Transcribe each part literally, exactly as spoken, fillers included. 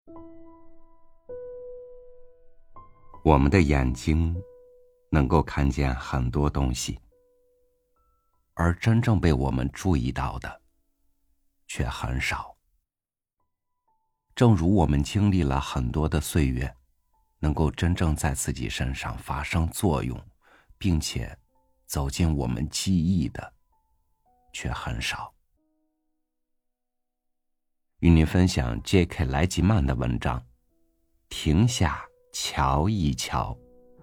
我们的眼睛能够看见很多东西，而真正被我们注意到的却很少。正如我们经历了很多的岁月，能够真正在自己身上发生作用，并且走进我们记忆的却很少。与您分享 J K 莱吉曼的文章，停下瞧一瞧。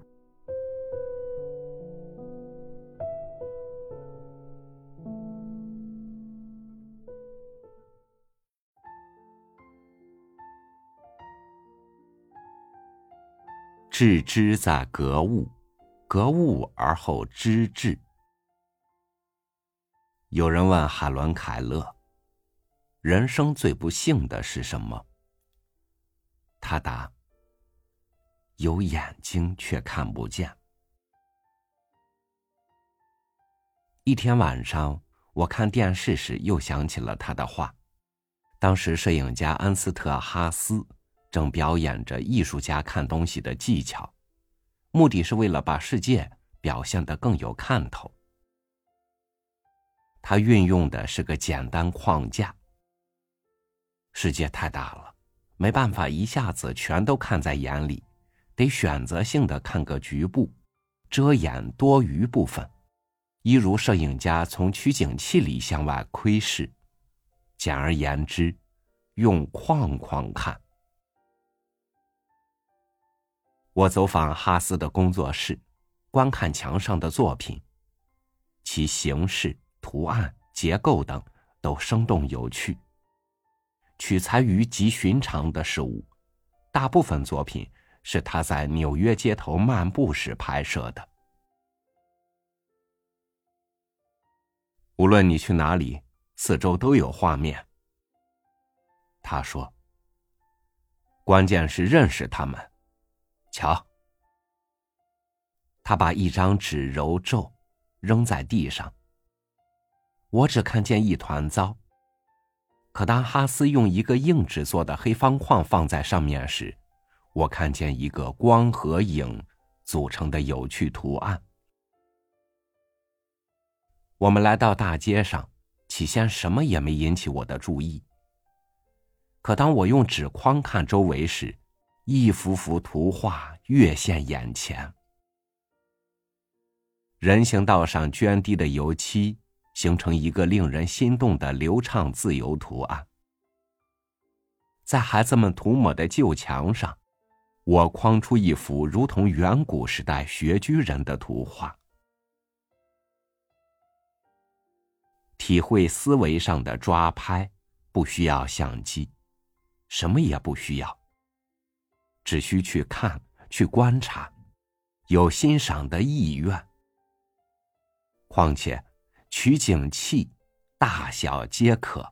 致知在格物，格物而后知至。有人问海伦·凯勒，人生最不幸的是什么？他答，有眼睛却看不见。一天晚上，我看电视时又想起了他的话。当时摄影家恩斯特·哈斯正表演着艺术家看东西的技巧，目的是为了把世界表现得更有看头。他运用的是个简单框架。世界太大了，没办法一下子全都看在眼里，得选择性的看个局部，遮掩多余部分，一如摄影家从取景器里向外窥视。简而言之，用框框看。我走访哈斯的工作室，观看墙上的作品，其形式、图案、结构等都生动有趣，取材于极寻常的事物。大部分作品是他在纽约街头漫步时拍摄的。无论你去哪里，四周都有画面。他说，关键是认识他们。瞧，他把一张纸揉皱，扔在地上。我只看见一团糟，可当哈斯用一个硬纸做的黑方框放在上面时，我看见一个光和影组成的有趣图案。我们来到大街上，起先什么也没引起我的注意，可当我用纸框看周围时，一幅幅图画跃现眼前。人行道上涓滴的油漆形成一个令人心动的流畅自由图案。在孩子们涂抹的旧墙上，我框出一幅如同远古时代穴居人的图画。体会思维上的抓拍，不需要相机，什么也不需要，只需去看，去观察，有欣赏的意愿。况且取景器大小皆可。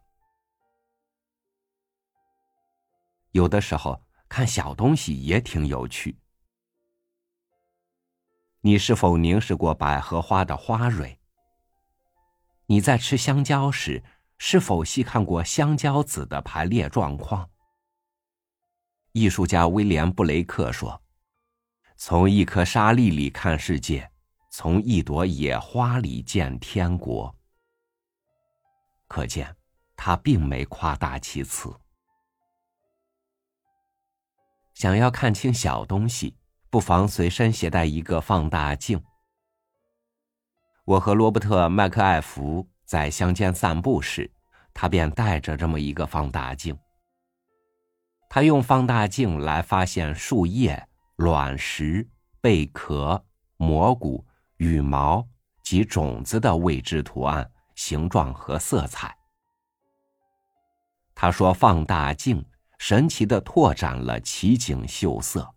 有的时候看小东西也挺有趣。你是否凝视过百合花的花蕊？你在吃香蕉时，是否细看过香蕉籽的排列状况？艺术家威廉·布雷克说，从一颗沙粒里看世界，从一朵野花里见天国。可见他并没夸大其词。想要看清小东西，不妨随身携带一个放大镜。我和罗伯特·麦克艾弗在乡间散步时，他便带着这么一个放大镜。他用放大镜来发现树叶、卵石、贝壳、蘑菇、羽毛及种子的未知图案、形状和色彩。他说，放大镜神奇地拓展了奇景秀色。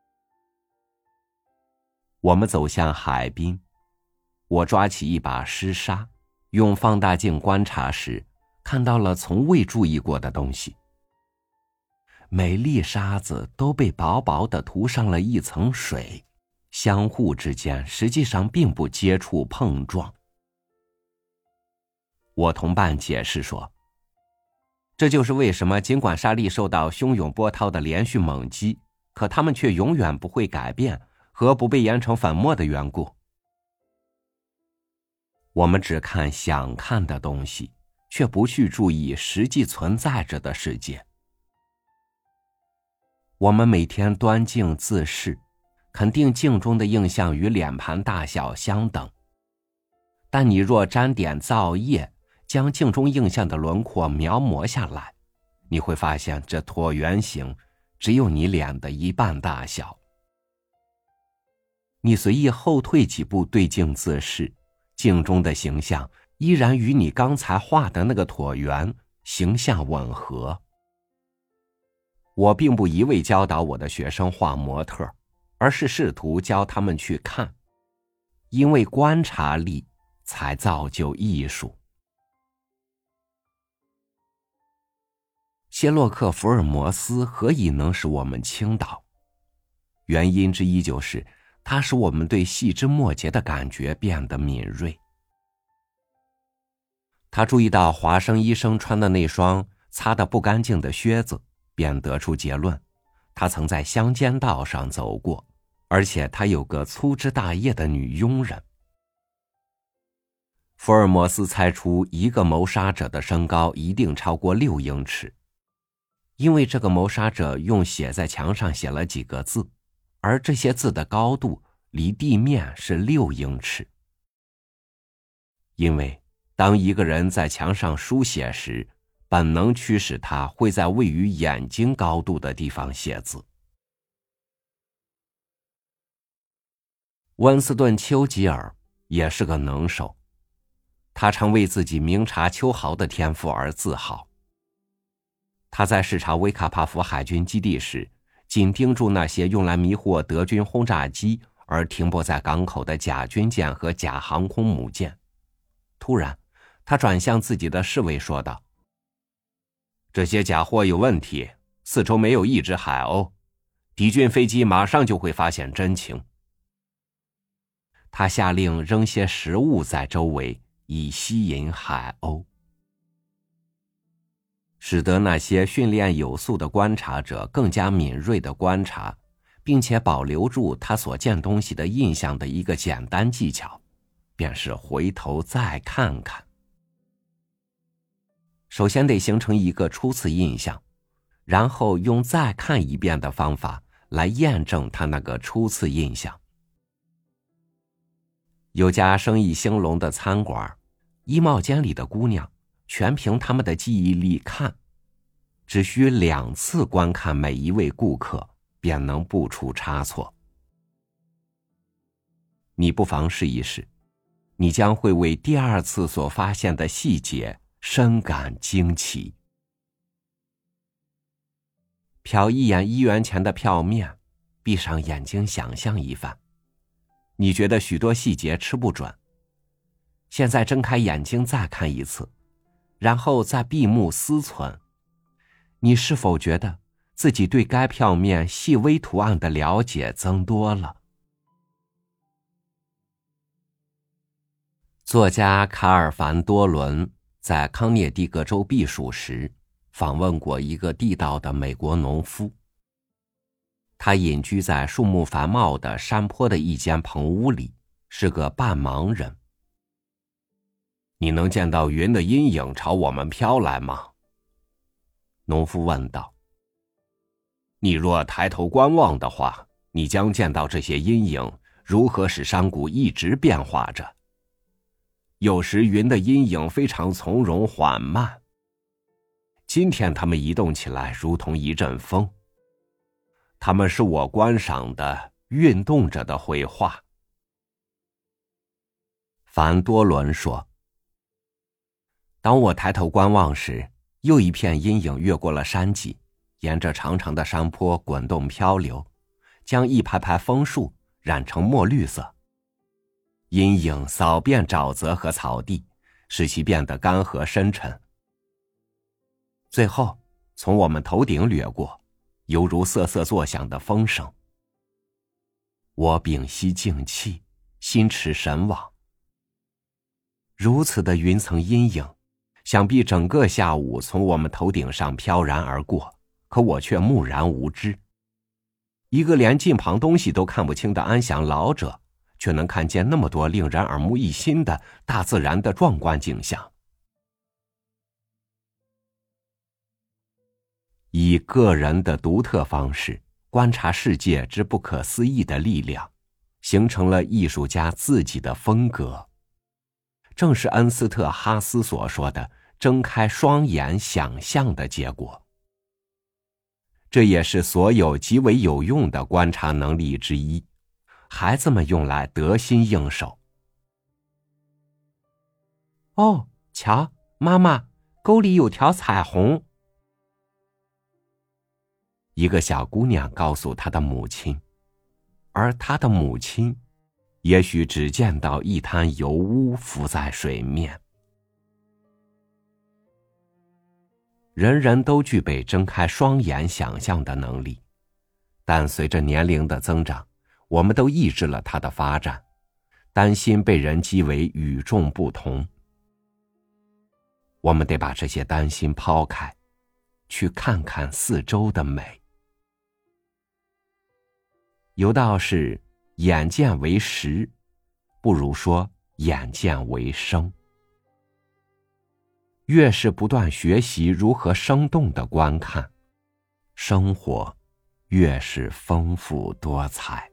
我们走向海滨，我抓起一把湿沙，用放大镜观察时，看到了从未注意过的东西。每粒沙子都被薄薄地涂上了一层水，相互之间实际上并不接触碰撞。我同伴解释说， 这就是为什么尽管沙粒受到汹涌波涛的连续猛击，可它们却永远不会改变和不被研成粉末的缘故。我们只看想看的东西，却不去注意实际存在着的世界。我们每天端镜自视，肯定镜中的映像与脸盘大小相等，但你若沾点皂液，将镜中映像的轮廓描摹下来，你会发现这椭圆形只有你脸的一半大小。你随意后退几步对镜自视，镜中的形象依然与你刚才画的那个椭圆形象吻合。我并不一味教导我的学生画模特，而是试图教他们去看，因为观察力才造就艺术。谢洛克·福尔摩斯何以能使我们倾倒？原因之一就是它使我们对细枝末节的感觉变得敏锐。他注意到华生医生穿的那双擦得不干净的靴子，便得出结论，他曾在乡间道上走过，而且他有个粗枝大叶的女佣人。福尔摩斯猜出一个谋杀者的身高一定超过六英尺，因为这个谋杀者用写在墙上写了几个字，而这些字的高度离地面是六英尺。因为当一个人在墙上书写时，本能驱使他会在位于眼睛高度的地方写字。温斯顿·丘吉尔也是个能手，他常为自己明察秋毫的天赋而自豪。他在视察维卡帕夫海军基地时，紧盯住那些用来迷惑德军轰炸机而停泊在港口的假军舰和假航空母舰。突然，他转向自己的侍卫说道：“这些假货有问题，四周没有一只海鸥，敌军飞机马上就会发现真情。”他下令扔些食物在周围，以吸引海鸥，使得那些训练有素的观察者更加敏锐地观察，并且保留住他所见东西的印象的一个简单技巧，便是回头再看看。首先得形成一个初次印象，然后用再看一遍的方法来验证他那个初次印象。有家生意兴隆的餐馆，衣帽间里的姑娘全凭他们的记忆力看，只需两次观看每一位顾客，便能不出差错。你不妨试一试，你将会为第二次所发现的细节深感惊奇。瞟一眼一元钱的票面，闭上眼睛想象一番。你觉得许多细节吃不准，现在睁开眼睛再看一次，然后再闭目思忖，你是否觉得自己对该票面细微图案的了解增多了？作家卡尔凡多伦在康涅狄格州避暑时，访问过一个地道的美国农夫。他隐居在树木繁茂的山坡的一间棚屋里，是个半盲人。你能见到云的阴影朝我们飘来吗？农夫问道。你若抬头观望的话，你将见到这些阴影如何使山谷一直变化着。有时云的阴影非常从容缓慢，今天它们移动起来如同一阵风。它们是我观赏的运动着的绘画。凡多伦说，当我抬头观望时，又一片阴影越过了山脊，沿着长长的山坡滚动漂流，将一排排枫树染成墨绿色。阴影扫遍沼泽和草地，使其变得干涸深沉。最后从我们头顶掠过，犹如瑟瑟作响的风声。我屏息静气，心驰神往。如此的云层阴影， 想必整个下午从我们头顶上飘然而过，可我却木然无知。一个连近旁东西都看不清的安详老者，却能看见那么多令人耳目一新的大自然的壮观景象。以个人的独特方式观察世界之不可思议的力量，形成了艺术家自己的风格。正是恩斯特·哈斯所说的睁开双眼想象的结果。这也是所有极为有用的观察能力之一，孩子们用来得心应手。哦，瞧，妈妈，沟里有条彩虹。一个小姑娘告诉她的母亲，而她的母亲也许只见到一滩油污浮在水面。人人都具备睁开双眼想象的能力，但随着年龄的增长，我们都抑制了它的发展，担心被人讥为与众不同。我们得把这些担心抛开，去看看四周的美。有道是眼见为实，不如说眼见为生。越是不断学习如何生动地观看，生活越是丰富多彩。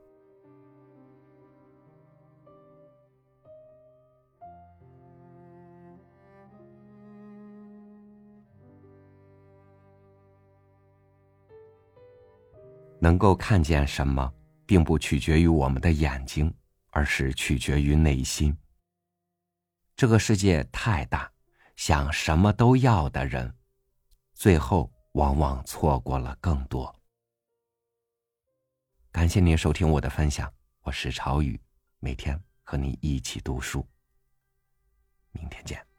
能够看见什么，并不取决于我们的眼睛，而是取决于内心。这个世界太大，想什么都要的人，最后往往错过了更多。感谢您收听我的分享，我是朝雨，每天和你一起读书。明天见。